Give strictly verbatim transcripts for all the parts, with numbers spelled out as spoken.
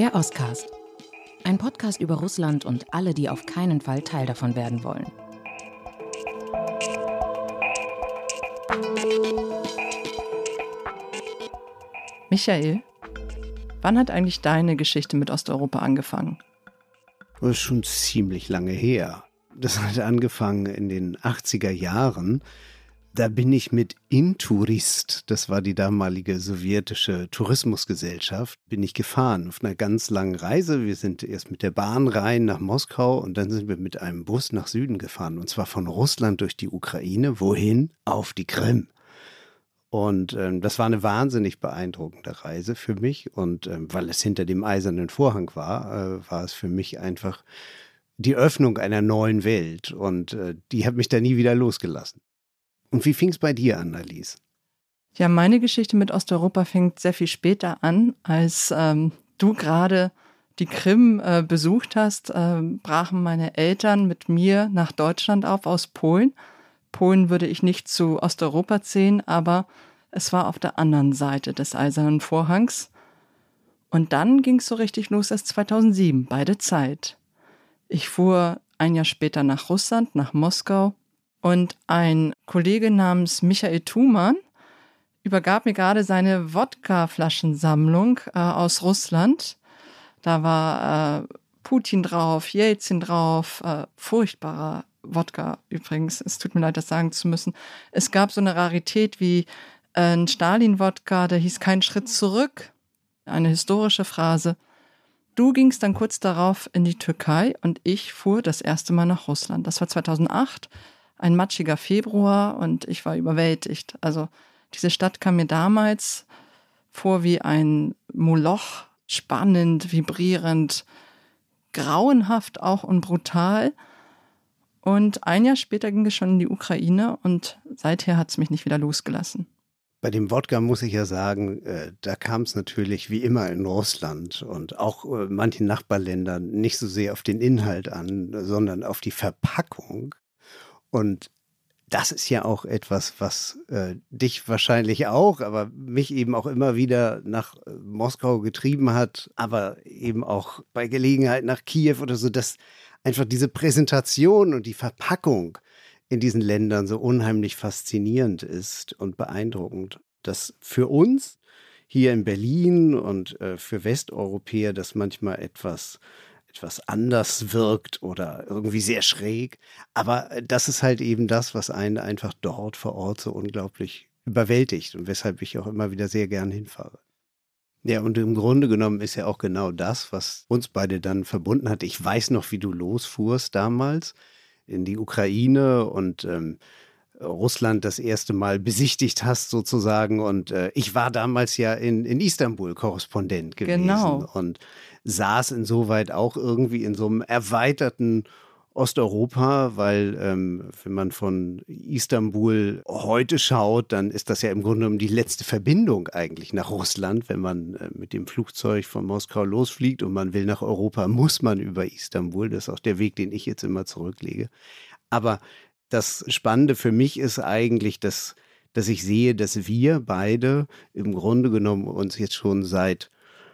Der Oscast. Ein Podcast über Russland und alle, die auf keinen Fall Teil davon werden wollen. Michael, wann hat eigentlich deine Geschichte mit Osteuropa angefangen? Das ist schon ziemlich lange her. Das hat angefangen in den achtziger Jahren. Da bin ich mit Intourist, das war die damalige sowjetische Tourismusgesellschaft, bin ich gefahren auf einer ganz langen Reise. Wir sind erst mit der Bahn rein nach Moskau und dann sind wir mit einem Bus nach Süden gefahren. Und zwar von Russland durch die Ukraine. Wohin? Auf die Krim. Und ähm, das war eine wahnsinnig beeindruckende Reise für mich. Und ähm, weil es hinter dem eisernen Vorhang war, äh, war es für mich einfach die Öffnung einer neuen Welt. Und äh, die hat mich da nie wieder losgelassen. Und wie fing es bei dir an, Alice? Ja, meine Geschichte mit Osteuropa fängt sehr viel später an, als ähm, du gerade die Krim äh, besucht hast, äh, brachen meine Eltern mit mir nach Deutschland auf aus Polen. Polen würde ich nicht zu Osteuropa zählen, aber es war auf der anderen Seite des Eisernen Vorhangs. Und dann ging es so richtig los erst zweitausendsieben, beide Zeit. Ich fuhr ein Jahr später nach Russland, nach Moskau. Und ein Kollege namens Michael Thumann übergab mir gerade seine Wodka-Flaschensammlung äh, aus Russland. Da war äh, Putin drauf, Jelzin drauf, äh, furchtbarer Wodka übrigens. Es tut mir leid, das sagen zu müssen. Es gab so eine Rarität wie äh, ein Stalin-Wodka, der hieß Kein Schritt zurück. Eine historische Phrase. Du gingst dann kurz darauf in die Türkei und ich fuhr das erste Mal nach Russland. Das war zweitausendacht. Ein matschiger Februar und ich war überwältigt. Also diese Stadt kam mir damals vor wie ein Moloch, spannend, vibrierend, grauenhaft auch und brutal. Und ein Jahr später ging es schon in die Ukraine und seither hat es mich nicht wieder losgelassen. Bei dem Wodka muss ich ja sagen, äh, da kam es natürlich wie immer in Russland und auch äh, manchen Nachbarländern nicht so sehr auf den Inhalt an, sondern auf die Verpackung. Und das ist ja auch etwas, was äh, dich wahrscheinlich auch, aber mich eben auch immer wieder nach äh, Moskau getrieben hat, aber eben auch bei Gelegenheit nach Kiew oder so, dass einfach diese Präsentation und die Verpackung in diesen Ländern so unheimlich faszinierend ist und beeindruckend. Dass für uns hier in Berlin und äh, für Westeuropäer das manchmal etwas etwas anders wirkt oder irgendwie sehr schräg. Aber das ist halt eben das, was einen einfach dort vor Ort so unglaublich überwältigt und weshalb ich auch immer wieder sehr gern hinfahre. Ja, und im Grunde genommen ist ja auch genau das, was uns beide dann verbunden hat. Ich weiß noch, wie du losfuhrst damals in die Ukraine und ähm, Russland das erste Mal besichtigt hast sozusagen. Und äh, ich war damals ja in, in Istanbul Korrespondent gewesen. Genau. Und saß insoweit auch irgendwie in so einem erweiterten Osteuropa, weil ähm, wenn man von Istanbul heute schaut, dann ist das ja im Grunde genommen die letzte Verbindung eigentlich nach Russland. Wenn man äh, mit dem Flugzeug von Moskau losfliegt und man will nach Europa, muss man über Istanbul. Das ist auch der Weg, den ich jetzt immer zurücklege. Aber das Spannende für mich ist eigentlich, dass, dass ich sehe, dass wir beide im Grunde genommen uns jetzt schon seit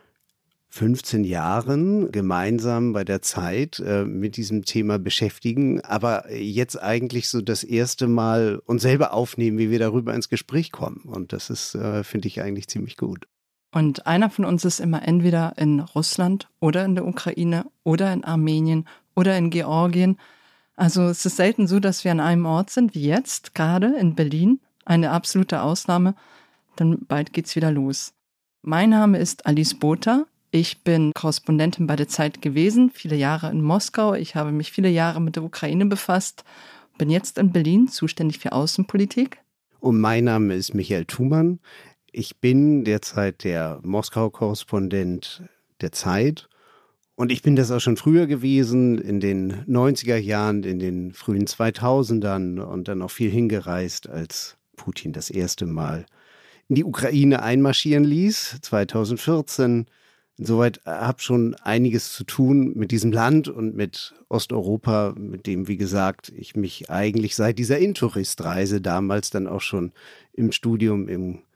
fünfzehn Jahren gemeinsam bei der Zeit äh, mit diesem Thema beschäftigen, aber jetzt eigentlich so das erste Mal uns selber aufnehmen, wie wir darüber ins Gespräch kommen. Und das ist, äh, finde ich, eigentlich ziemlich gut. Und einer von uns ist immer entweder in Russland oder in der Ukraine oder in Armenien oder in Georgien. Also es ist selten so, dass wir an einem Ort sind, wie jetzt, gerade in Berlin. Eine absolute Ausnahme, denn bald geht's wieder los. Mein Name ist Alice Botha. Ich bin Korrespondentin bei der Zeit gewesen, viele Jahre in Moskau. Ich habe mich viele Jahre mit der Ukraine befasst, bin jetzt in Berlin zuständig für Außenpolitik. Und mein Name ist Michael Thumann. Ich bin derzeit der Moskau-Korrespondent der Zeit. Und ich bin das auch schon früher gewesen, in den neunziger Jahren, in den frühen zweitausendern und dann auch viel hingereist, als Putin das erste Mal in die Ukraine einmarschieren ließ, zweitausendvierzehn. Insoweit habe schon einiges zu tun mit diesem Land und mit Osteuropa, mit dem, wie gesagt, ich mich eigentlich seit dieser Intourist-Reise damals dann auch schon im Studium im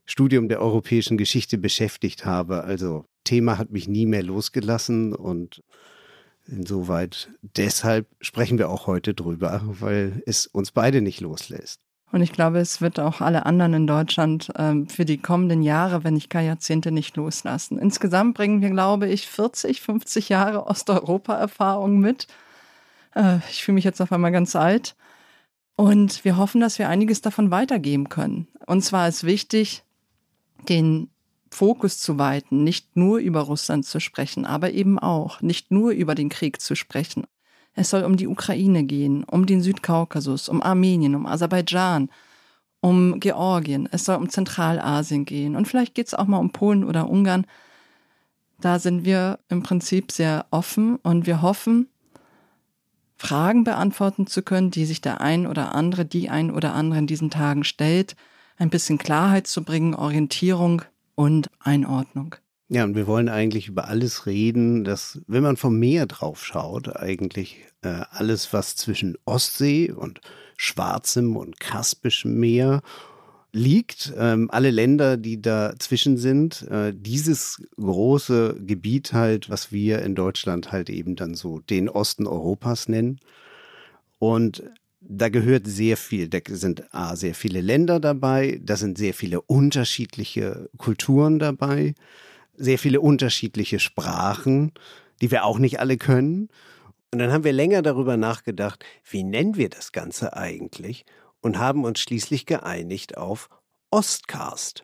Studium der europäischen Geschichte beschäftigt habe. Also Thema hat mich nie mehr losgelassen und insoweit deshalb sprechen wir auch heute drüber, weil es uns beide nicht loslässt. Und ich glaube, es wird auch alle anderen in Deutschland ähm, für die kommenden Jahre, wenn nicht gar Jahrzehnte, nicht loslassen. Insgesamt bringen wir, glaube ich, vierzig, fünfzig Jahre Osteuropa-Erfahrung mit. Äh, ich fühle mich jetzt auf einmal ganz alt. Und wir hoffen, dass wir einiges davon weitergeben können. Und zwar ist wichtig, den Fokus zu weiten, nicht nur über Russland zu sprechen, aber eben auch nicht nur über den Krieg zu sprechen. Es soll um die Ukraine gehen, um den Südkaukasus, um Armenien, um Aserbaidschan, um Georgien. Es soll um Zentralasien gehen und vielleicht geht es auch mal um Polen oder Ungarn. Da sind wir im Prinzip sehr offen und wir hoffen, Fragen beantworten zu können, die sich der ein oder andere, die ein oder andere in diesen Tagen stellt, ein bisschen Klarheit zu bringen, Orientierung und Einordnung. Ja, und wir wollen eigentlich über alles reden, dass, wenn man vom Meer drauf schaut, eigentlich äh, alles, was zwischen Ostsee und Schwarzem und Kaspischem Meer liegt, ähm, alle Länder, die dazwischen sind, äh, dieses große Gebiet halt, was wir in Deutschland halt eben dann so den Osten Europas nennen. Und da gehört sehr viel, da sind A, sehr viele Länder dabei, da sind sehr viele unterschiedliche Kulturen dabei, sehr viele unterschiedliche Sprachen, die wir auch nicht alle können. Und dann haben wir länger darüber nachgedacht, wie nennen wir das Ganze eigentlich? Und haben uns schließlich geeinigt auf Ostcast.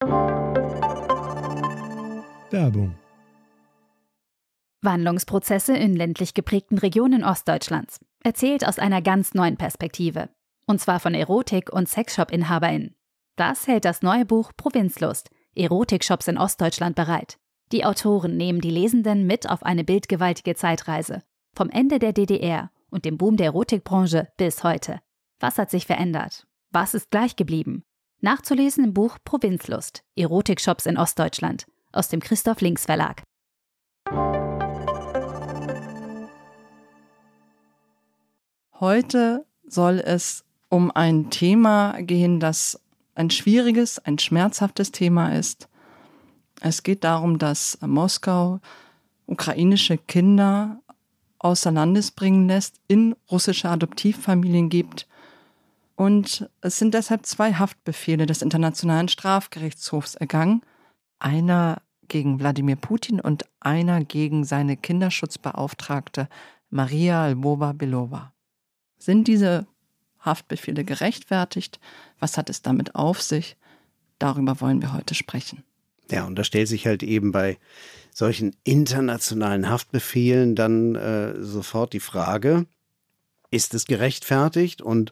Werbung. Wandlungsprozesse in ländlich geprägten Regionen Ostdeutschlands. Erzählt aus einer ganz neuen Perspektive. Und zwar von Erotik- und Sexshop-InhaberInnen. Das hält das neue Buch Provinzlust, Erotikshops in Ostdeutschland bereit. Die Autoren nehmen die Lesenden mit auf eine bildgewaltige Zeitreise. Vom Ende der D D R und dem Boom der Erotikbranche bis heute. Was hat sich verändert? Was ist gleich geblieben? Nachzulesen im Buch Provinzlust, Erotikshops in Ostdeutschland aus dem Christoph Links Verlag. Heute soll es um ein Thema gehen, das ein schwieriges, ein schmerzhaftes Thema ist. Es geht darum, dass Moskau ukrainische Kinder außer Landes bringen lässt, in russische Adoptivfamilien gibt. Und es sind deshalb zwei Haftbefehle des Internationalen Strafgerichtshofs ergangen. Einer gegen Wladimir Putin und einer gegen seine Kinderschutzbeauftragte Maria Lvova-Belova. Sind diese Haftbefehle gerechtfertigt? Was hat es damit auf sich? Darüber wollen wir heute sprechen. Ja, und da stellt sich halt eben bei solchen internationalen Haftbefehlen dann äh, sofort die Frage, ist es gerechtfertigt und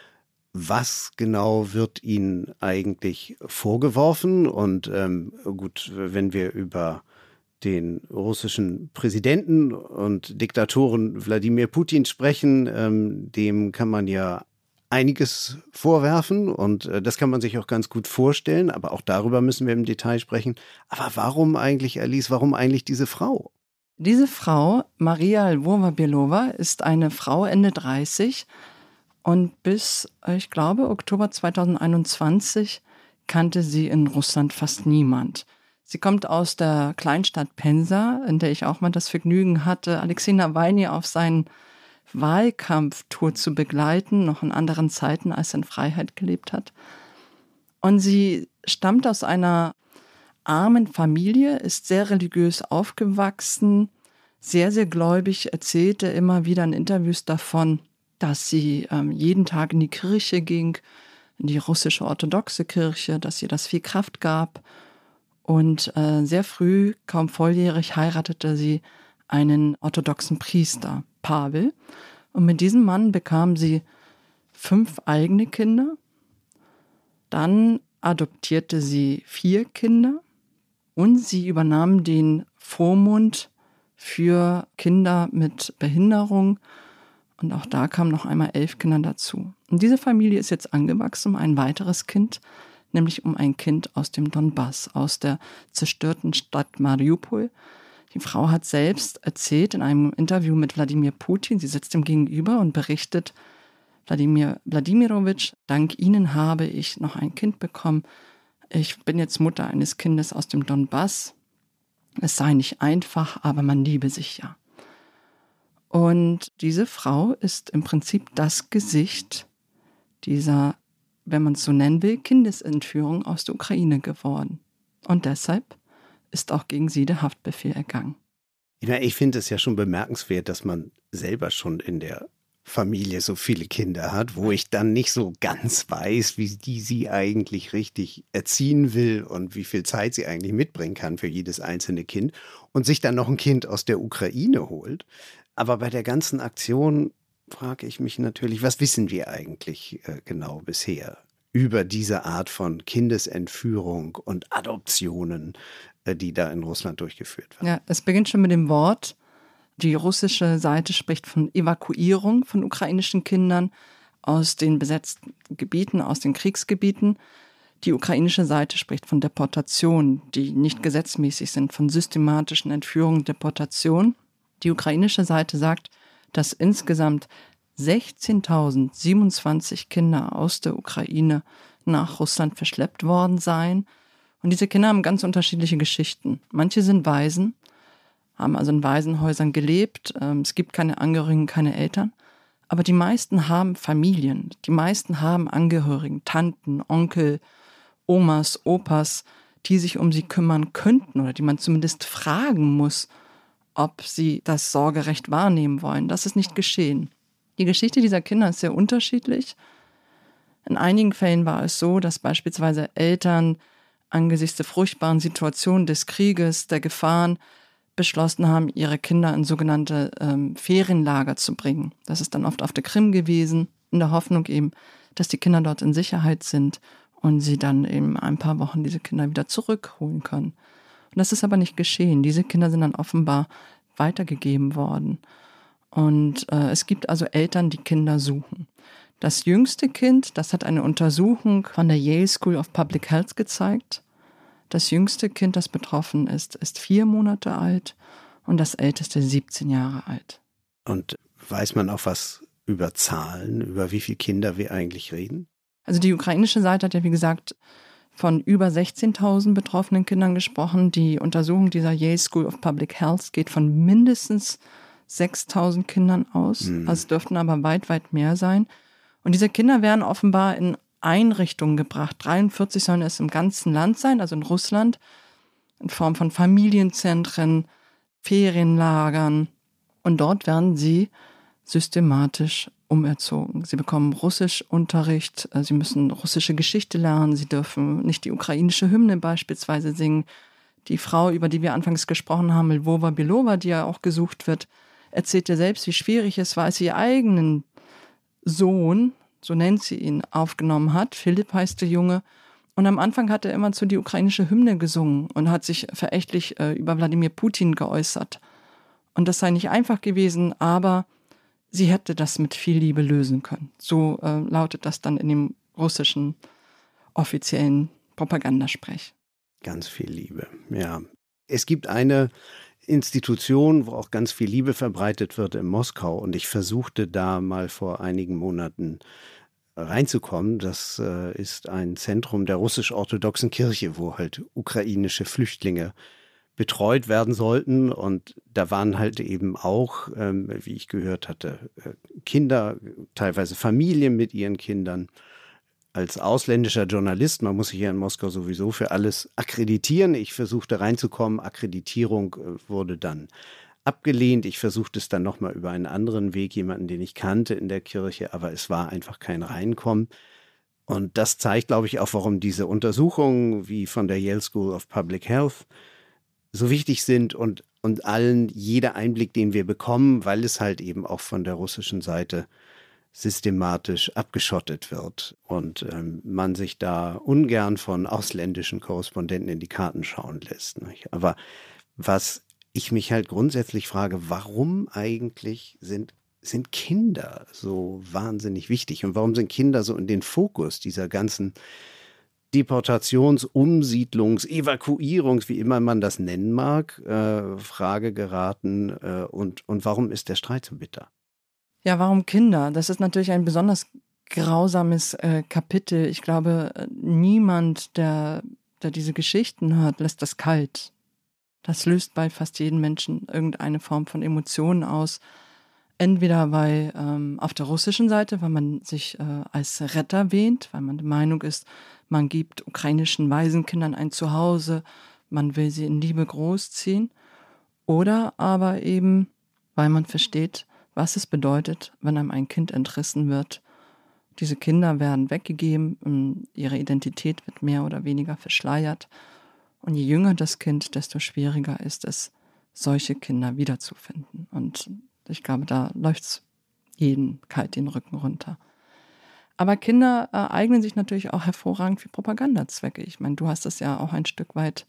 was genau wird ihnen eigentlich vorgeworfen? Und ähm, gut, wenn wir über den russischen Präsidenten und Diktatoren Wladimir Putin sprechen, ähm, dem kann man ja einiges vorwerfen und äh, das kann man sich auch ganz gut vorstellen, aber auch darüber müssen wir im Detail sprechen. Aber warum eigentlich, Alice, warum eigentlich diese Frau? Diese Frau, Maria Lvova-Belova, ist eine Frau Ende dreißig und bis, ich glaube, Oktober zweitausendeinundzwanzig kannte sie in Russland fast niemand. Sie kommt aus der Kleinstadt Pensa, in der ich auch mal das Vergnügen hatte, Alexei Nawalny auf seinen Wahlkampftour zu begleiten, noch in anderen Zeiten, als er in Freiheit gelebt hat. Und sie stammt aus einer armen Familie, ist sehr religiös aufgewachsen, sehr, sehr gläubig, erzählte immer wieder in Interviews davon, dass sie ähm, jeden Tag in die Kirche ging, in die russische orthodoxe Kirche, dass ihr das viel Kraft gab. Und äh, sehr früh, kaum volljährig, heiratete sie einen orthodoxen Priester, Pavel. Und mit diesem Mann bekam sie fünf eigene Kinder. Dann adoptierte sie vier Kinder und sie übernahm den Vormund für Kinder mit Behinderung. Und auch da kamen noch einmal elf Kinder dazu. Und diese Familie ist jetzt angewachsen um ein weiteres Kind, nämlich um ein Kind aus dem Donbass, aus der zerstörten Stadt Mariupol. Die Frau hat selbst erzählt in einem Interview mit Wladimir Putin, sie sitzt ihm gegenüber und berichtet, Wladimir Wladimirowitsch, dank Ihnen habe ich noch ein Kind bekommen. ich bin jetzt Mutter eines Kindes aus dem Donbass. Es sei nicht einfach, aber man liebe sich ja. Und diese Frau ist im Prinzip das Gesicht dieser, wenn man es so nennen will, Kindesentführung aus der Ukraine geworden. Und deshalb ist auch gegen sie der Haftbefehl ergangen. Ja, ich finde es ja schon bemerkenswert, dass man selber schon in der Familie so viele Kinder hat, wo ich dann nicht so ganz weiß, wie die sie eigentlich richtig erziehen will und wie viel Zeit sie eigentlich mitbringen kann für jedes einzelne Kind und sich dann noch ein Kind aus der Ukraine holt. Aber bei der ganzen Aktion frage ich mich natürlich, was wissen wir eigentlich äh, genau bisher über diese Art von Kindesentführung und Adoptionen, äh, die da in Russland durchgeführt werden? Ja, es beginnt schon mit dem Wort. Die russische Seite spricht von Evakuierung von ukrainischen Kindern aus den besetzten Gebieten, aus den Kriegsgebieten. Die ukrainische Seite spricht von Deportation, die nicht gesetzmäßig sind, von systematischen Entführungen, Deportation. Die ukrainische Seite sagt, dass insgesamt sechzehntausendsiebenundzwanzig Kinder aus der Ukraine nach Russland verschleppt worden seien. Und diese Kinder haben ganz unterschiedliche Geschichten. Manche sind Waisen, haben also in Waisenhäusern gelebt. Es gibt keine Angehörigen, keine Eltern. Aber die meisten haben Familien. Die meisten haben Angehörigen, Tanten, Onkel, Omas, Opas, die sich um sie kümmern könnten oder die man zumindest fragen muss, ob sie das Sorgerecht wahrnehmen wollen. Das ist nicht geschehen. Die Geschichte dieser Kinder ist sehr unterschiedlich. In einigen Fällen war es so, dass beispielsweise Eltern angesichts der furchtbaren Situation des Krieges, der Gefahren, beschlossen haben, ihre Kinder in sogenannte ähm, Ferienlager zu bringen. Das ist dann oft auf der Krim gewesen, in der Hoffnung eben, dass die Kinder dort in Sicherheit sind und sie dann eben ein paar Wochen diese Kinder wieder zurückholen können. Und das ist aber nicht geschehen. Diese Kinder sind dann offenbar weitergegeben worden. Und äh, es gibt also Eltern, die Kinder suchen. Das jüngste Kind, das hat eine Untersuchung von der Yale School of Public Health gezeigt. Das jüngste Kind, das betroffen ist, ist vier Monate alt und das älteste siebzehn Jahre alt. Und weiß man auch was über Zahlen, über wie viele Kinder wir eigentlich reden? Also die ukrainische Seite hat ja, wie gesagt, von über sechzehntausend betroffenen Kindern gesprochen. Die Untersuchung dieser Yale School of Public Health geht von mindestens sechstausend Kindern aus. Mhm. Also es dürften aber weit, weit mehr sein. Und diese Kinder werden offenbar in Einrichtungen gebracht. dreiundvierzig sollen es im ganzen Land sein, also in Russland, in Form von Familienzentren, Ferienlagern. Und dort werden sie systematisch umerzogen. Sie bekommen Russischunterricht, sie müssen russische Geschichte lernen, sie dürfen nicht die ukrainische Hymne beispielsweise singen. Die Frau, über die wir anfangs gesprochen haben, Lvova Belova, die ja auch gesucht wird, erzählte selbst, wie schwierig es war, als sie ihr eigenen Sohn, so nennt sie ihn, aufgenommen hat. Philipp heißt der Junge. Und am Anfang hat er immer zu die ukrainische Hymne gesungen und hat sich verächtlich äh, über Wladimir Putin geäußert. Und das sei nicht einfach gewesen, aber sie hätte das mit viel Liebe lösen können. So äh, lautet das dann in dem russischen offiziellen Propagandasprech. Ganz viel Liebe, ja. Es gibt eine Institution, wo auch ganz viel Liebe verbreitet wird in Moskau. Und ich versuchte da mal vor einigen Monaten reinzukommen. Das äh, ist ein Zentrum der russisch-orthodoxen Kirche, wo halt ukrainische Flüchtlinge betreut werden sollten. Und da waren halt eben auch, ähm, wie ich gehört hatte, Kinder, teilweise Familien mit ihren Kindern. Als ausländischer Journalist, man muss sich hier in Moskau sowieso für alles akkreditieren. Ich versuchte reinzukommen, Akkreditierung wurde dann abgelehnt. Ich versuchte es dann nochmal über einen anderen Weg, jemanden, den ich kannte in der Kirche, aber es war einfach kein Reinkommen. Und das zeigt, glaube ich, auch, warum diese Untersuchungen wie von der Yale School of Public Health so wichtig sind und, und allen jeder Einblick, den wir bekommen, weil es halt eben auch von der russischen Seite systematisch abgeschottet wird und ähm, man sich da ungern von ausländischen Korrespondenten in die Karten schauen lässt. Nicht? Aber was ich mich halt grundsätzlich frage, warum eigentlich sind, sind Kinder so wahnsinnig wichtig und warum sind Kinder so in den Fokus dieser ganzen Deportations-, Umsiedlungs-, Evakuierungs-, wie immer man das nennen mag, äh, Frage geraten äh, und, und warum ist der Streit so bitter? Ja, warum Kinder? Das ist natürlich ein besonders grausames äh, Kapitel. Ich glaube, niemand, der der diese Geschichten hört, lässt das kalt. Das löst bei fast jedem Menschen irgendeine Form von Emotionen aus. Entweder weil ähm, auf der russischen Seite, weil man sich äh, als Retter wähnt, weil man der Meinung ist, man gibt ukrainischen Waisenkindern ein Zuhause, man will sie in Liebe großziehen. Oder aber eben, weil man versteht, was es bedeutet, wenn einem ein Kind entrissen wird. Diese Kinder werden weggegeben, ihre Identität wird mehr oder weniger verschleiert. Und je jünger das Kind, desto schwieriger ist es, solche Kinder wiederzufinden. Und ich glaube, da läuft es jedem kalt den Rücken runter. Aber Kinder äh, eignen sich natürlich auch hervorragend für Propagandazwecke. Ich meine, du hast das ja auch ein Stück weit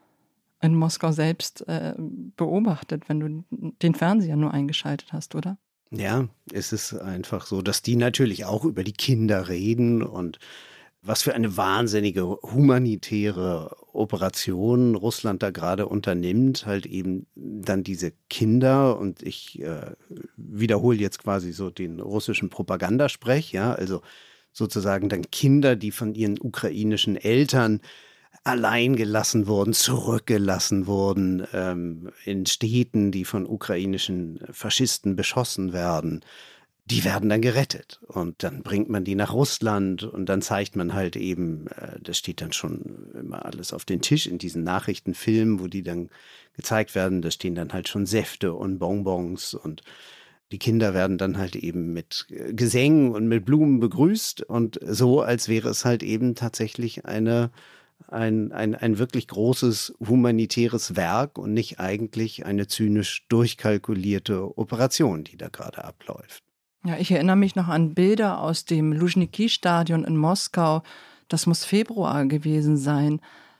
in Moskau selbst äh, beobachtet, wenn du den Fernseher nur eingeschaltet hast, oder? Ja, es ist einfach so, dass die natürlich auch über die Kinder reden und was für eine wahnsinnige humanitäre Operation Russland da gerade unternimmt, halt eben dann diese Kinder, und ich äh, wiederhole jetzt quasi so den russischen Propagandasprech, ja, also sozusagen dann Kinder, die von ihren ukrainischen Eltern allein gelassen wurden, zurückgelassen wurden, ähm, in Städten, die von ukrainischen Faschisten beschossen werden. Die werden dann gerettet und dann bringt man die nach Russland und dann zeigt man halt eben, äh, das steht dann schon immer alles auf den Tisch in diesen Nachrichtenfilmen, wo die dann gezeigt werden, da stehen dann halt schon Säfte und Bonbons und die Kinder werden dann halt eben mit Gesängen und mit Blumen begrüßt und so, als wäre es halt eben tatsächlich eine, ein, ein, ein wirklich großes humanitäres Werk und nicht eigentlich eine zynisch durchkalkulierte Operation, die da gerade abläuft. Ja, ich erinnere mich noch an Bilder aus dem Luschniki-Stadion in Moskau. Das muss Februar gewesen sein,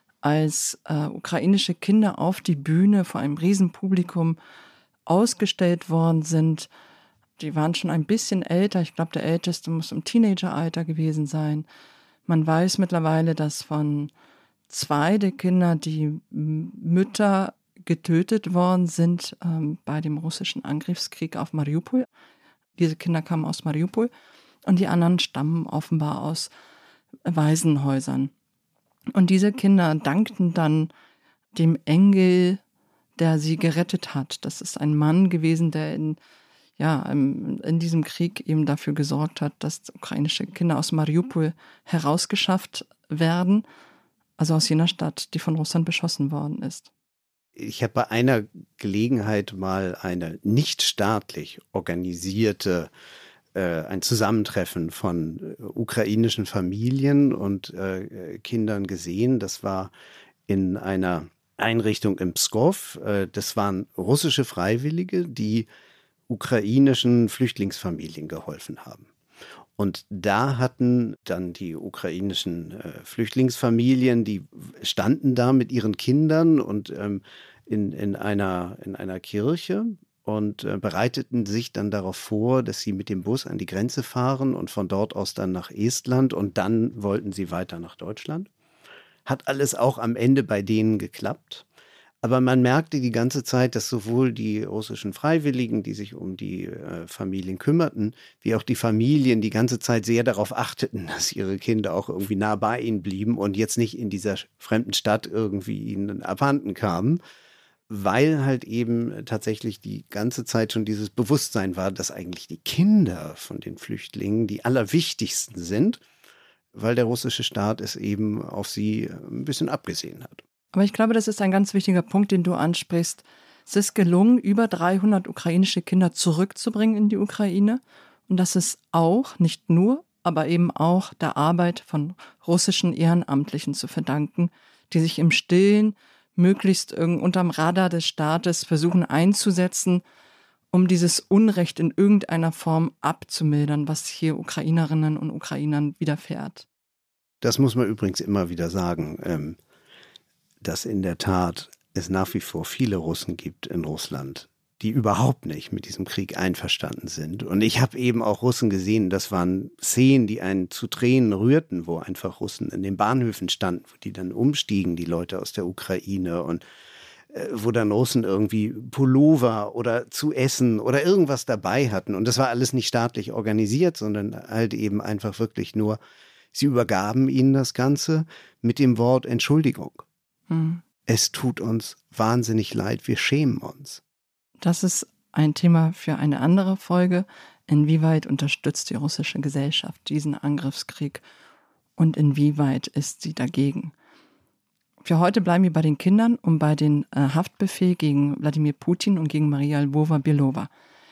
als äh, ukrainische Kinder auf die Bühne vor einem Riesenpublikum ausgestellt worden sind. Die waren schon ein bisschen älter. Ich glaube, der Älteste muss im Teenageralter gewesen sein. Man weiß mittlerweile, dass von zwei der Kinder die Mütter getötet worden sind ähm, bei dem russischen Angriffskrieg auf Mariupol. Diese Kinder kamen aus Mariupol und die anderen stammen offenbar aus Waisenhäusern. Und diese Kinder dankten dann dem Engel, der sie gerettet hat. Das ist ein Mann gewesen, der in, ja, in diesem Krieg eben dafür gesorgt hat, dass ukrainische Kinder aus Mariupol herausgeschafft werden, also aus jener Stadt, die von Russland beschossen worden ist. Ich habe bei einer Gelegenheit mal eine nicht staatlich organisierte, äh, ein Zusammentreffen von äh, ukrainischen Familien und äh, Kindern gesehen. Das war in einer Einrichtung in Pskow. Äh, das waren russische Freiwillige, die ukrainischen Flüchtlingsfamilien geholfen haben. Und da hatten dann die ukrainischen äh, Flüchtlingsfamilien, die standen da mit ihren Kindern und ähm, in, in, einer, in einer Kirche und äh, bereiteten sich dann darauf vor, dass sie mit dem Bus an die Grenze fahren und von dort aus dann nach Estland und dann wollten sie weiter nach Deutschland. Hat alles auch am Ende bei denen geklappt. Aber man merkte die ganze Zeit, dass sowohl die russischen Freiwilligen, die sich um die äh, Familien kümmerten, wie auch die Familien die ganze Zeit sehr darauf achteten, dass ihre Kinder auch irgendwie nah bei ihnen blieben und jetzt nicht in dieser fremden Stadt irgendwie ihnen abhanden kamen, weil halt eben tatsächlich die ganze Zeit schon dieses Bewusstsein war, dass eigentlich die Kinder von den Flüchtlingen die allerwichtigsten sind, weil der russische Staat es eben auf sie ein bisschen abgesehen hat. Aber ich glaube, das ist ein ganz wichtiger Punkt, den du ansprichst. Es ist gelungen, über dreihundert ukrainische Kinder zurückzubringen in die Ukraine. Und das ist auch, nicht nur, aber eben auch der Arbeit von russischen Ehrenamtlichen zu verdanken, die sich im Stillen möglichst unterm Radar des Staates versuchen einzusetzen, um dieses Unrecht in irgendeiner Form abzumildern, was hier Ukrainerinnen und Ukrainern widerfährt. Das muss man übrigens immer wieder sagen, ähm dass in der Tat es nach wie vor viele Russen gibt in Russland, die überhaupt nicht mit diesem Krieg einverstanden sind. Und ich habe eben auch Russen gesehen, das waren Szenen, die einen zu Tränen rührten, wo einfach Russen in den Bahnhöfen standen, wo die dann umstiegen, die Leute aus der Ukraine und äh, wo dann Russen irgendwie Pullover oder zu essen oder irgendwas dabei hatten. Und das war alles nicht staatlich organisiert, sondern halt eben einfach wirklich nur Sie übergaben ihnen das Ganze mit dem Wort Entschuldigung. Hm. Es tut uns wahnsinnig leid, wir schämen uns. Das ist ein Thema für eine andere Folge. Inwieweit unterstützt die russische Gesellschaft diesen Angriffskrieg und inwieweit ist sie dagegen? Für heute bleiben wir bei den Kindern und bei dem äh, Haftbefehl gegen Wladimir Putin und gegen Maria Lvova-Belova.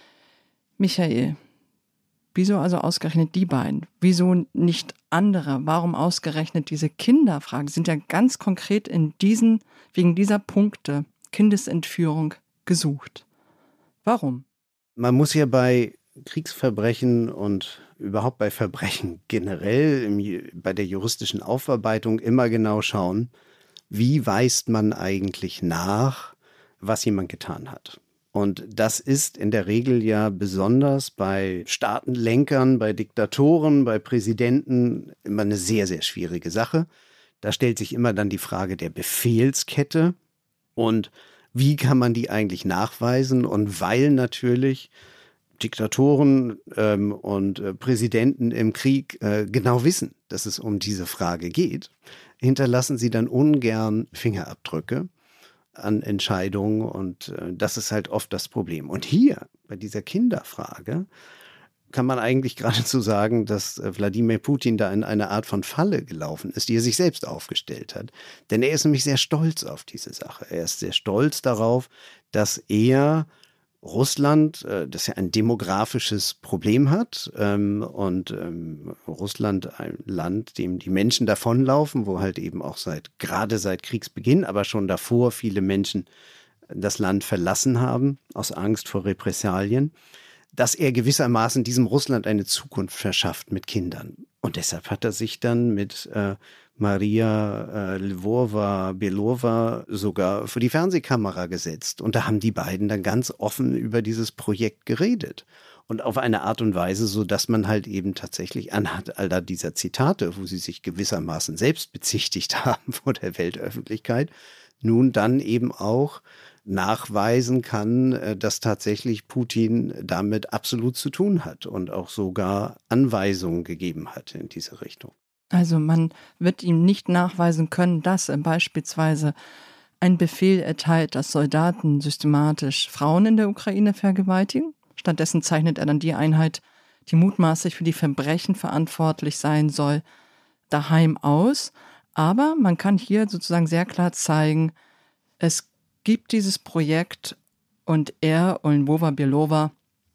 Michael, wieso also ausgerechnet die beiden? Wieso nicht andere? Warum ausgerechnet diese Kinderfragen? Sind ja ganz konkret in diesen, wegen dieser Punkte Kindesentführung gesucht. Warum? Man muss ja bei Kriegsverbrechen und überhaupt bei Verbrechen generell im, bei der juristischen Aufarbeitung immer genau schauen, wie weist man eigentlich nach, was jemand getan hat. Und das ist in der Regel ja besonders bei Staatenlenkern, bei Diktatoren, bei Präsidenten immer eine sehr, sehr schwierige Sache. Da stellt sich immer dann die Frage der Befehlskette und wie kann man die eigentlich nachweisen? Und weil natürlich Diktatoren ähm, und äh, Präsidenten im Krieg äh, genau wissen, dass es um diese Frage geht, hinterlassen sie dann ungern Fingerabdrücke an Entscheidungen und äh, das ist halt oft das Problem. Und hier, bei dieser Kinderfrage, kann man eigentlich geradezu sagen, dass äh, Wladimir Putin da in eine Art von Falle gelaufen ist, die er sich selbst aufgestellt hat. Denn er ist nämlich sehr stolz auf diese Sache. Er ist sehr stolz darauf, dass er Russland, äh, das ja ein demografisches Problem hat ähm, und ähm, Russland ein Land, dem die Menschen davonlaufen, wo halt eben auch seit, gerade seit Kriegsbeginn, aber schon davor viele Menschen das Land verlassen haben, aus Angst vor Repressalien, dass er gewissermaßen diesem Russland eine Zukunft verschafft mit Kindern. Und deshalb hat er sich dann mit äh, Maria äh, Lvova-Belova sogar vor die Fernsehkamera gesetzt. Und da haben die beiden dann ganz offen über dieses Projekt geredet. Und auf eine Art und Weise, so dass man halt eben tatsächlich anhand all dieser Zitate, wo sie sich gewissermaßen selbst bezichtigt haben vor der Weltöffentlichkeit, nun dann eben auch nachweisen kann, dass tatsächlich Putin damit absolut zu tun hat und auch sogar Anweisungen gegeben hat in diese Richtung. Also man wird ihm nicht nachweisen können, dass er beispielsweise ein Befehl erteilt, dass Soldaten systematisch Frauen in der Ukraine vergewaltigen. Stattdessen zeichnet er dann die Einheit, die mutmaßlich für die Verbrechen verantwortlich sein soll, daheim aus. Aber man kann hier sozusagen sehr klar zeigen, es gibt dieses Projekt und er und Lvova-Belova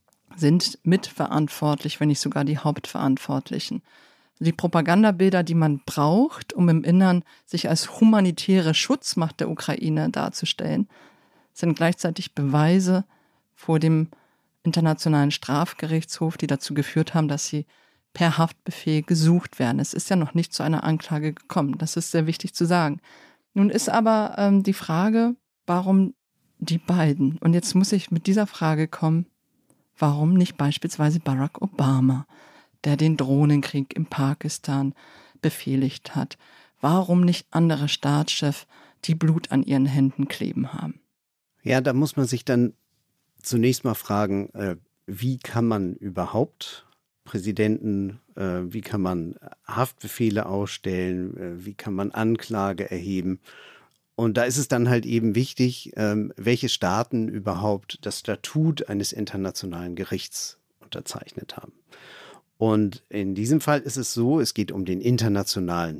sind mitverantwortlich, wenn nicht sogar die Hauptverantwortlichen. Die Propagandabilder, die man braucht, um im Innern sich als humanitäre Schutzmacht der Ukraine darzustellen, sind gleichzeitig Beweise vor dem Internationalen Strafgerichtshof, die dazu geführt haben, dass sie per Haftbefehl gesucht werden. Es ist ja noch nicht zu einer Anklage gekommen. Das ist sehr wichtig zu sagen. Nun ist aber ähm, die Frage, warum die beiden? Und jetzt muss ich mit dieser Frage kommen, warum nicht beispielsweise Barack Obama, der den Drohnenkrieg in Pakistan befehligt hat? Warum nicht andere Staatschefs, die Blut an ihren Händen kleben haben? Ja, da muss man sich dann zunächst mal fragen, äh, wie kann man überhaupt Präsidenten, äh, wie kann man Haftbefehle ausstellen, äh, wie kann man Anklage erheben? Und da ist es dann halt eben wichtig, ähm, welche Staaten überhaupt das Statut eines internationalen Gerichts unterzeichnet haben. Und in diesem Fall ist es so, es geht um den Internationalen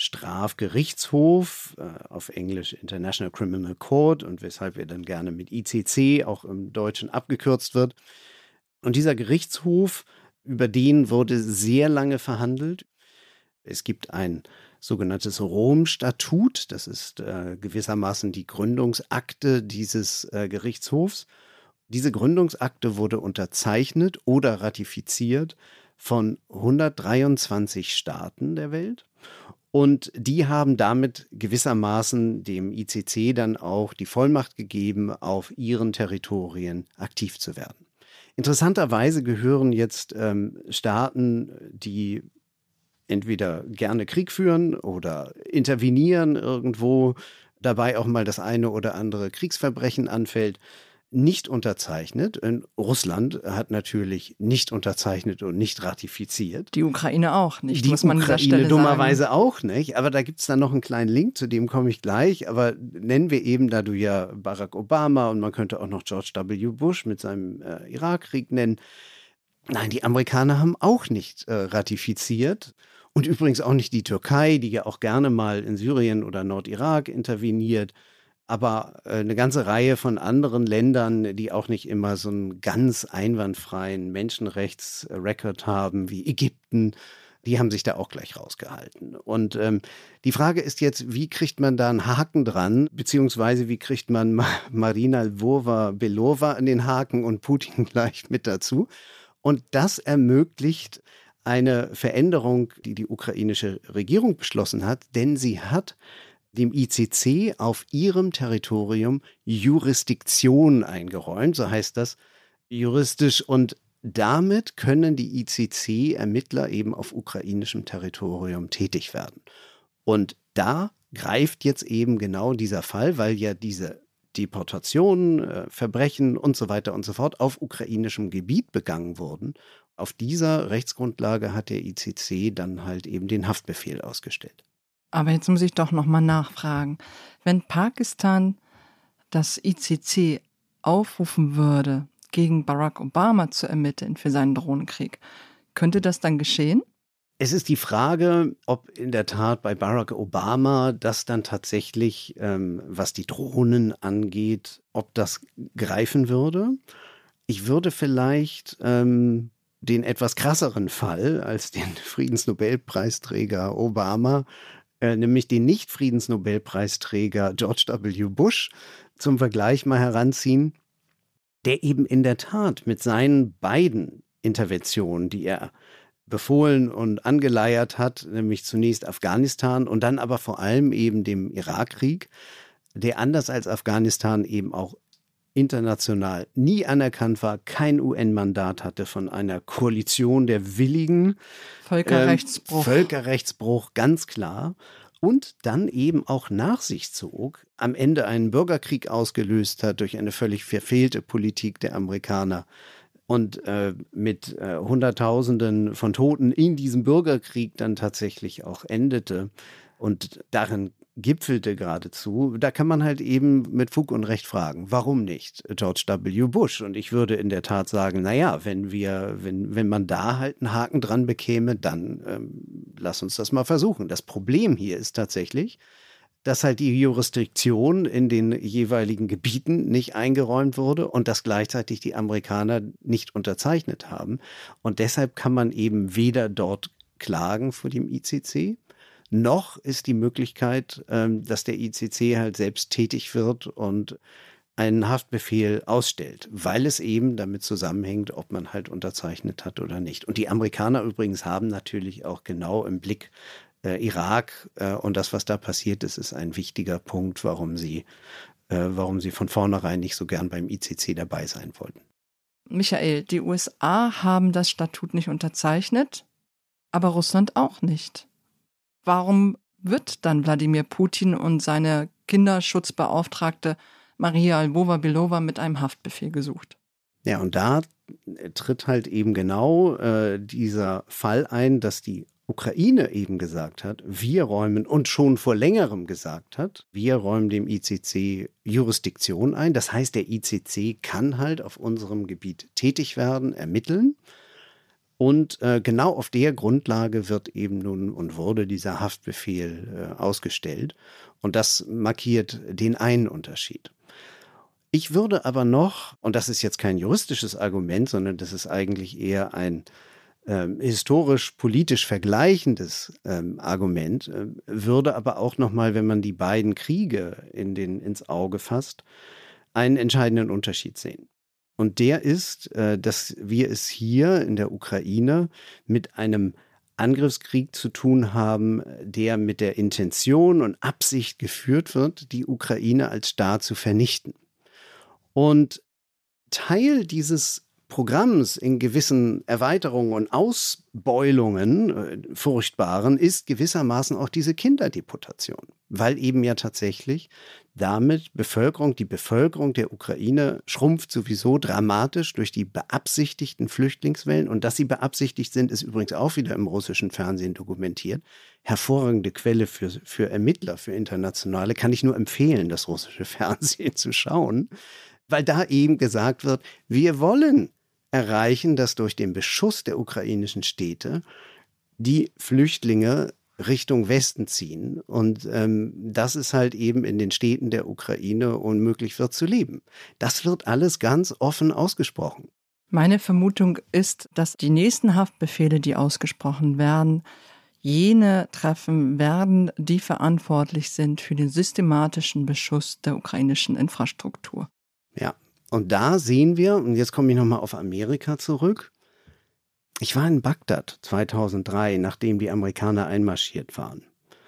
Strafgerichtshof, äh, auf Englisch International Criminal Court und weshalb er dann gerne mit I C C auch im Deutschen abgekürzt wird. Und dieser Gerichtshof, über den wurde sehr lange verhandelt. Es gibt ein sogenanntes Rom-Statut, das ist äh, gewissermaßen die Gründungsakte dieses äh, Gerichtshofs. Diese Gründungsakte wurde unterzeichnet oder ratifiziert von hundertdreiundzwanzig Staaten der Welt und die haben damit gewissermaßen dem I C C dann auch die Vollmacht gegeben, auf ihren Territorien aktiv zu werden. Interessanterweise gehören jetzt ähm, Staaten, die entweder gerne Krieg führen oder intervenieren irgendwo, dabei auch mal das eine oder andere Kriegsverbrechen anfällt, nicht unterzeichnet. Russland hat natürlich nicht unterzeichnet und nicht ratifiziert. Die Ukraine auch nicht, die muss man Ukraine an dieser Stelle dummerweise sagen. auch nicht. Aber da gibt es dann noch einen kleinen Link, zu dem komme ich gleich. Aber nennen wir eben, da du ja Barack Obama und man könnte auch noch George W. Bush mit seinem äh, Irakkrieg nennen. Nein, die Amerikaner haben auch nicht äh, ratifiziert. Und übrigens auch nicht die Türkei, die ja auch gerne mal in Syrien oder Nordirak interveniert. Aber äh, eine ganze Reihe von anderen Ländern, die auch nicht immer so einen ganz einwandfreien Menschenrechtsrekord haben, wie Ägypten, die haben sich da auch gleich rausgehalten. Und ähm, die Frage ist jetzt, wie kriegt man da einen Haken dran, beziehungsweise wie kriegt man Ma- Marina Lvova-Belova an den Haken und Putin gleich mit dazu? Und das ermöglicht eine Veränderung, die die ukrainische Regierung beschlossen hat, denn sie hat dem I C C auf ihrem Territorium Jurisdiktion eingeräumt, so heißt das juristisch. Und damit können die I C C-Ermittler eben auf ukrainischem Territorium tätig werden. Und da greift jetzt eben genau dieser Fall, weil ja diese Deportationen, äh, Verbrechen und so weiter und so fort auf ukrainischem Gebiet begangen wurden. Auf dieser Rechtsgrundlage hat der I C C dann halt eben den Haftbefehl ausgestellt. Aber jetzt muss ich doch noch mal nachfragen. Wenn Pakistan das I C C aufrufen würde, gegen Barack Obama zu ermitteln für seinen Drohnenkrieg, könnte das dann geschehen? Es ist die Frage, ob in der Tat bei Barack Obama das dann tatsächlich, ähm, was die Drohnen angeht, ob das greifen würde. Ich würde vielleicht ähm, den etwas krasseren Fall als den Friedensnobelpreisträger Obama, äh, nämlich den Nicht-Friedensnobelpreisträger George W. Bush zum Vergleich mal heranziehen, der eben in der Tat mit seinen beiden Interventionen, die er befohlen und angeleiert hat, nämlich zunächst Afghanistan und dann aber vor allem eben dem Irakkrieg, der anders als Afghanistan eben auch international nie anerkannt war, kein U N-Mandat hatte von einer Koalition der Willigen. Völkerrechtsbruch. Ähm, Völkerrechtsbruch, ganz klar. Und dann eben auch nach sich zog, am Ende einen Bürgerkrieg ausgelöst hat durch eine völlig verfehlte Politik der Amerikaner und äh, mit äh, Hunderttausenden von Toten in diesem Bürgerkrieg dann tatsächlich auch endete und darin gipfelte geradezu. Da kann man halt eben mit Fug und Recht fragen, warum nicht George W. Bush? Und ich würde in der Tat sagen, naja, wenn wir, wenn, wenn man da halt einen Haken dran bekäme, dann ähm, lass uns das mal versuchen. Das Problem hier ist tatsächlich, dass halt die Jurisdiktion in den jeweiligen Gebieten nicht eingeräumt wurde und dass gleichzeitig die Amerikaner nicht unterzeichnet haben. Und deshalb kann man eben weder dort klagen vor dem I C C, noch ist die Möglichkeit, ähm, dass der I C C halt selbst tätig wird und einen Haftbefehl ausstellt, weil es eben damit zusammenhängt, ob man halt unterzeichnet hat oder nicht. Und die Amerikaner übrigens haben natürlich auch genau im Blick äh, Irak äh, und das, was da passiert ist, ist ein wichtiger Punkt, warum sie, äh, warum sie von vornherein nicht so gern beim I C C dabei sein wollten. Michael, die U S A haben das Statut nicht unterzeichnet, aber Russland auch nicht. Warum wird dann Wladimir Putin und seine Kinderschutzbeauftragte Maria Lvova-Belova mit einem Haftbefehl gesucht? Ja, und da tritt halt eben genau äh, dieser Fall ein, dass die Ukraine eben gesagt hat, wir räumen und schon vor längerem gesagt hat, wir räumen dem I C C Jurisdiktion ein. Das heißt, der I C C kann halt auf unserem Gebiet tätig werden, ermitteln. Und äh, genau auf der Grundlage wird eben nun und wurde dieser Haftbefehl äh, ausgestellt. Und das markiert den einen Unterschied. Ich würde aber noch, und das ist jetzt kein juristisches Argument, sondern das ist eigentlich eher ein ähm, historisch-politisch vergleichendes ähm, Argument, äh, würde aber auch nochmal, wenn man die beiden Kriege in den, ins Auge fasst, einen entscheidenden Unterschied sehen. Und der ist, dass wir es hier in der Ukraine mit einem Angriffskrieg zu tun haben, der mit der Intention und Absicht geführt wird, die Ukraine als Staat zu vernichten. Und Teil dieses Programms in gewissen Erweiterungen und Ausbeulungen, äh, furchtbaren, ist gewissermaßen auch diese Kinderdeportation. Weil eben ja tatsächlich damit Bevölkerung, die Bevölkerung der Ukraine schrumpft sowieso dramatisch durch die beabsichtigten Flüchtlingswellen. Und dass sie beabsichtigt sind, ist übrigens auch wieder im russischen Fernsehen dokumentiert. Hervorragende Quelle für, für Ermittler, für Internationale. Kann ich nur empfehlen, das russische Fernsehen zu schauen. Weil da eben gesagt wird, wir wollen erreichen, dass durch den Beschuss der ukrainischen Städte die Flüchtlinge Richtung Westen ziehen. Und ähm, das ist halt eben in den Städten der Ukraine unmöglich wird zu leben. Das wird alles ganz offen ausgesprochen. Meine Vermutung ist, dass die nächsten Haftbefehle, die ausgesprochen werden, jene treffen werden, die verantwortlich sind für den systematischen Beschuss der ukrainischen Infrastruktur. Ja, und da sehen wir, und jetzt komme ich nochmal auf Amerika zurück. Ich war in Bagdad zweitausenddrei, nachdem die Amerikaner einmarschiert waren.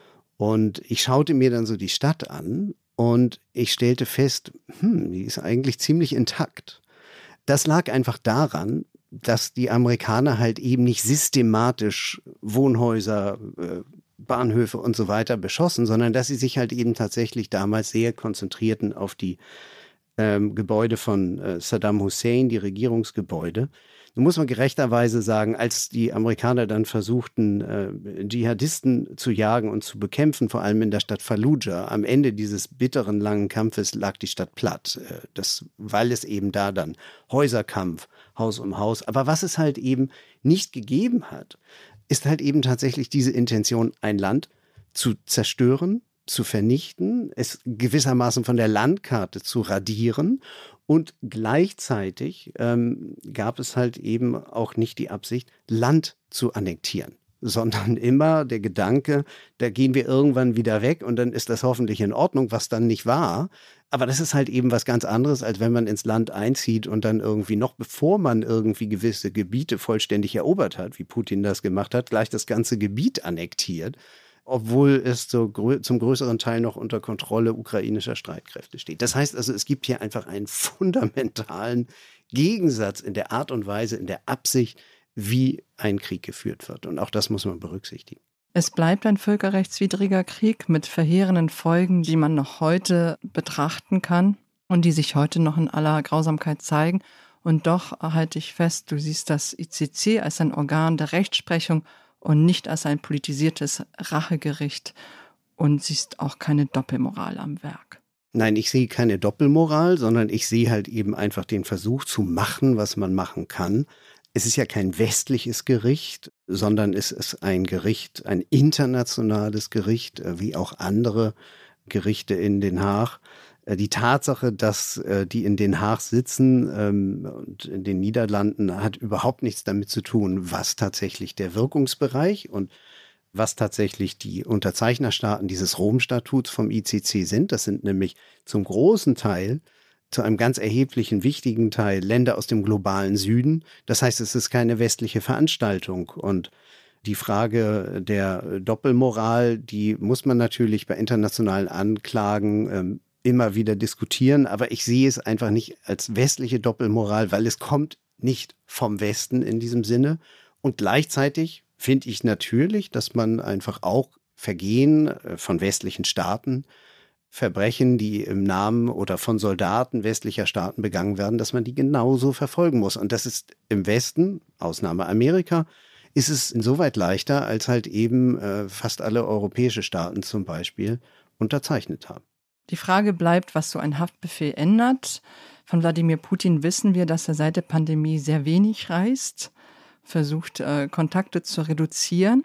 Und ich schaute mir dann so die Stadt an und ich stellte fest, hm, die ist eigentlich ziemlich intakt. Das lag einfach daran, dass die Amerikaner halt eben nicht systematisch Wohnhäuser, äh, Bahnhöfe und so weiter beschossen, sondern dass sie sich halt eben tatsächlich damals sehr konzentrierten auf die ähm, Gebäude von äh, Saddam Hussein, die Regierungsgebäude. Nun muss man gerechterweise sagen, als die Amerikaner dann versuchten, äh, Dschihadisten zu jagen und zu bekämpfen, vor allem in der Stadt Fallujah, am Ende dieses bitteren, langen Kampfes lag die Stadt platt. Äh, das, weil es eben da dann Häuserkampf, Haus um Haus. Aber was es halt eben nicht gegeben hat, ist halt eben tatsächlich diese Intention, ein Land zu zerstören, zu vernichten, es gewissermaßen von der Landkarte zu radieren. Und gleichzeitig ähm, gab es halt eben auch nicht die Absicht, Land zu annektieren, sondern immer der Gedanke, da gehen wir irgendwann wieder weg und dann ist das hoffentlich in Ordnung, was dann nicht war. Aber das ist halt eben was ganz anderes, als wenn man ins Land einzieht und dann irgendwie noch bevor man irgendwie gewisse Gebiete vollständig erobert hat, wie Putin das gemacht hat, gleich das ganze Gebiet annektiert, obwohl es so grö- zum größeren Teil noch unter Kontrolle ukrainischer Streitkräfte steht. Das heißt also, es gibt hier einfach einen fundamentalen Gegensatz in der Art und Weise, in der Absicht, wie ein Krieg geführt wird. Und auch das muss man berücksichtigen. Es bleibt ein völkerrechtswidriger Krieg mit verheerenden Folgen, die man noch heute betrachten kann und die sich heute noch in aller Grausamkeit zeigen. Und doch halte ich fest, du siehst das I C C als ein Organ der Rechtsprechung und nicht als ein politisiertes Rachegericht und siehst auch keine Doppelmoral am Werk. Nein, ich sehe keine Doppelmoral, sondern ich sehe halt eben einfach den Versuch zu machen, was man machen kann. Es ist ja kein westliches Gericht, sondern es ist ein Gericht, ein internationales Gericht, wie auch andere Gerichte in Den Haag. Die Tatsache, dass die in Den Haag sitzen ähm, und in den Niederlanden, hat überhaupt nichts damit zu tun, was tatsächlich der Wirkungsbereich und was tatsächlich die Unterzeichnerstaaten dieses Rom-Statuts vom I C C sind. Das sind nämlich zum großen Teil, zu einem ganz erheblichen, wichtigen Teil Länder aus dem globalen Süden. Das heißt, es ist keine westliche Veranstaltung. Und die Frage der Doppelmoral, die muss man natürlich bei internationalen Anklagen ähm, immer wieder diskutieren, aber ich sehe es einfach nicht als westliche Doppelmoral, weil es kommt nicht vom Westen in diesem Sinne. Und gleichzeitig finde ich natürlich, dass man einfach auch Vergehen von westlichen Staaten, Verbrechen, die im Namen oder von Soldaten westlicher Staaten begangen werden, dass man die genauso verfolgen muss. Und das ist im Westen, Ausnahme Amerika, ist es insoweit leichter, als halt eben äh, fast alle europäische Staaten zum Beispiel unterzeichnet haben. Die Frage bleibt, was so ein Haftbefehl ändert. Von Wladimir Putin wissen wir, dass er seit der Pandemie sehr wenig reist, versucht, äh, Kontakte zu reduzieren.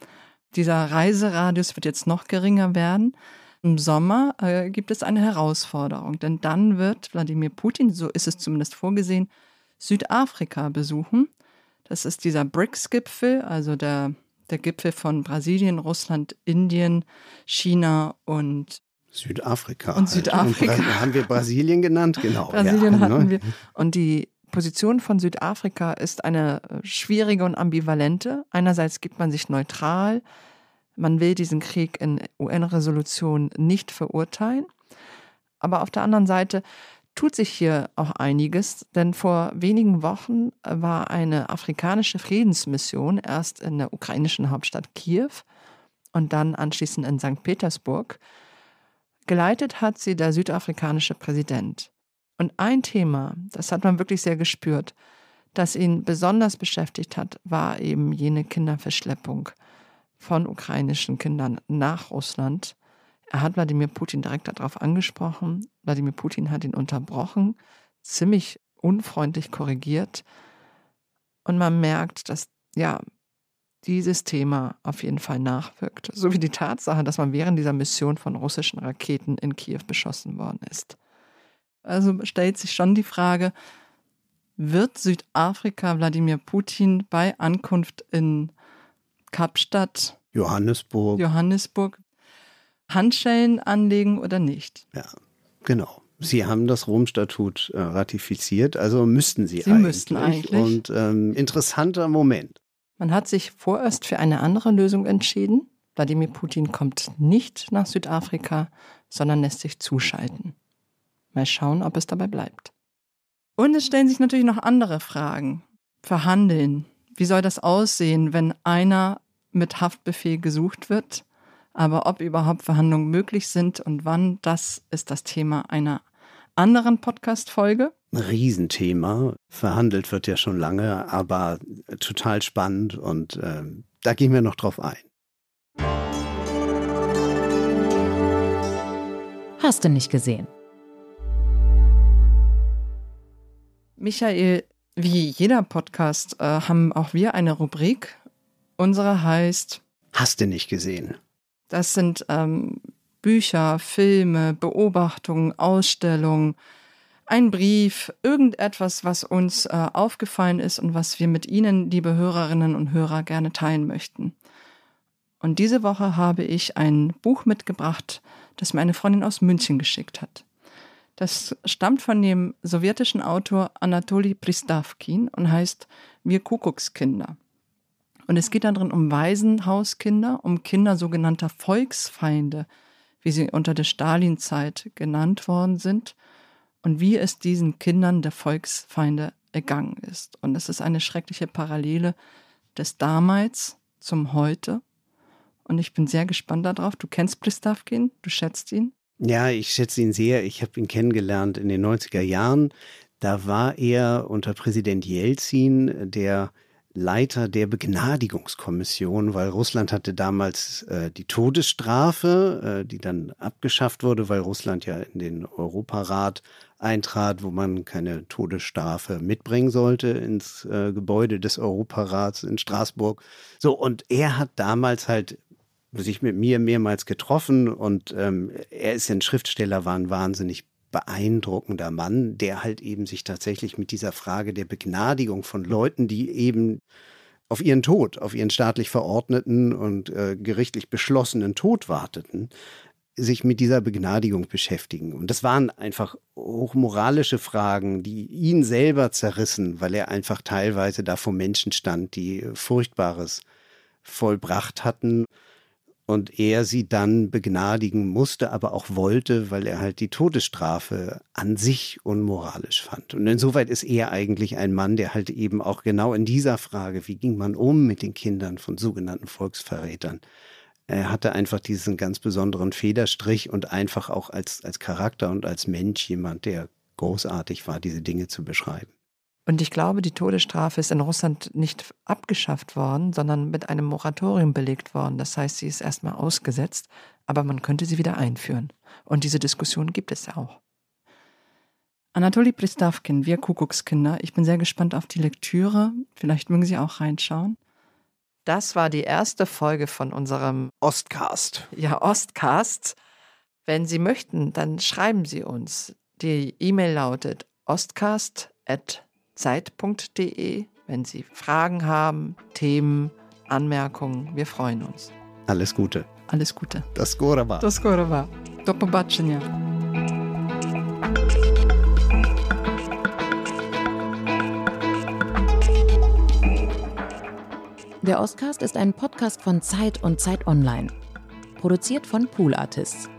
Dieser Reiseradius wird jetzt noch geringer werden. Im Sommer äh, gibt es eine Herausforderung, denn dann wird Wladimir Putin, so ist es zumindest vorgesehen, Südafrika besuchen. Das ist dieser B R I C S-Gipfel, also der, der Gipfel von Brasilien, Russland, Indien, China und Südafrika. Und Südafrika. Und Bra- haben wir Brasilien genannt? Genau. Brasilien ja, hatten ne? wir. Und die Position von Südafrika ist eine schwierige und ambivalente. Einerseits gibt man sich neutral. Man will diesen Krieg in U N-Resolutionen nicht verurteilen. Aber auf der anderen Seite tut sich hier auch einiges, denn vor wenigen Wochen war eine afrikanische Friedensmission erst in der ukrainischen Hauptstadt Kiew und dann anschließend in Sankt Petersburg. Geleitet hat sie der südafrikanische Präsident. Und ein Thema, das hat man wirklich sehr gespürt, das ihn besonders beschäftigt hat, war eben jene Kinderverschleppung von ukrainischen Kindern nach Russland. Er hat Wladimir Putin direkt darauf angesprochen. Wladimir Putin hat ihn unterbrochen, ziemlich unfreundlich korrigiert. Und man merkt, dass ja dieses Thema auf jeden Fall nachwirkt. So wie die Tatsache, dass man während dieser Mission von russischen Raketen in Kiew beschossen worden ist. Also stellt sich schon die Frage, wird Südafrika Wladimir Putin bei Ankunft in Kapstadt, Johannesburg, Johannesburg Handschellen anlegen oder nicht? Ja, genau. Sie haben das Rom-Statut äh, ratifiziert, also müssten Sie, Sie eigentlich. müssten eigentlich. Und ähm, interessanter Moment. Man hat sich vorerst für eine andere Lösung entschieden. Wladimir Putin kommt nicht nach Südafrika, sondern lässt sich zuschalten. Mal schauen, ob es dabei bleibt. Und es stellen sich natürlich noch andere Fragen. Verhandeln. Wie soll das aussehen, wenn einer mit Haftbefehl gesucht wird? Aber ob überhaupt Verhandlungen möglich sind und wann, das ist das Thema einer anderen Podcast-Folge. Ein Riesenthema. Verhandelt wird ja schon lange, aber total spannend und äh, da gehen wir noch drauf ein. Hast du nicht gesehen? Michael, wie jeder Podcast äh, haben auch wir eine Rubrik. Unsere heißt Hast du nicht gesehen? Das sind ähm, Bücher, Filme, Beobachtungen, Ausstellungen, ein Brief, irgendetwas, was uns äh, aufgefallen ist und was wir mit Ihnen, liebe Hörerinnen und Hörer, gerne teilen möchten. Und diese Woche habe ich ein Buch mitgebracht, das mir eine Freundin aus München geschickt hat. Das stammt von dem sowjetischen Autor Anatoli Pristavkin und heißt Wir Kuckuckskinder. Und es geht darin um Waisenhauskinder, um Kinder sogenannter Volksfeinde, wie sie unter der Stalinzeit genannt worden sind, und wie es diesen Kindern der Volksfeinde ergangen ist. Und es ist eine schreckliche Parallele des Damals zum Heute. Und ich bin sehr gespannt darauf. Du kennst Pristavkin, du schätzt ihn. Ja, ich schätze ihn sehr. Ich habe ihn kennengelernt in den neunziger Jahren. Da war er unter Präsident Jelzin der Leiter der Begnadigungskommission, weil Russland hatte damals äh, die Todesstrafe, äh, die dann abgeschafft wurde, weil Russland ja in den Europarat eintrat, wo man keine Todesstrafe mitbringen sollte ins äh, Gebäude des Europarats in Straßburg. So, und er hat damals halt sich mit mir mehrmals getroffen und ähm, er ist ein Schriftsteller, war ein wahnsinnig beeindruckender Mann, der halt eben sich tatsächlich mit dieser Frage der Begnadigung von Leuten, die eben auf ihren Tod, auf ihren staatlich verordneten und äh, gerichtlich beschlossenen Tod warteten, sich mit dieser Begnadigung beschäftigen. Und das waren einfach hochmoralische Fragen, die ihn selber zerrissen, weil er einfach teilweise da vor Menschen stand, die Furchtbares vollbracht hatten. Und er sie dann begnadigen musste, aber auch wollte, weil er halt die Todesstrafe an sich unmoralisch fand. Und insoweit ist er eigentlich ein Mann, der halt eben auch genau in dieser Frage, wie ging man um mit den Kindern von sogenannten Volksverrätern, er hatte einfach diesen ganz besonderen Federstrich und einfach auch als, als Charakter und als Mensch jemand, der großartig war, diese Dinge zu beschreiben. Und ich glaube, die Todesstrafe ist in Russland nicht abgeschafft worden, sondern mit einem Moratorium belegt worden. Das heißt, sie ist erstmal ausgesetzt, aber man könnte sie wieder einführen. Und diese Diskussion gibt es ja auch. Anatoli Pristavkin, Wir Kuckuckskinder. Ich bin sehr gespannt auf die Lektüre. Vielleicht mögen Sie auch reinschauen. Das war die erste Folge von unserem Ostcast. Ja, Ostcast. Wenn Sie möchten, dann schreiben Sie uns. Die E-Mail lautet ostcast at zeit punkt de, wenn Sie Fragen haben, Themen, Anmerkungen. Wir freuen uns. Alles Gute. Alles Gute. До скорого. До скорого. До побачення. Der Ostcast ist ein Podcast von Zeit und Zeit Online. Produziert von Pool Artists.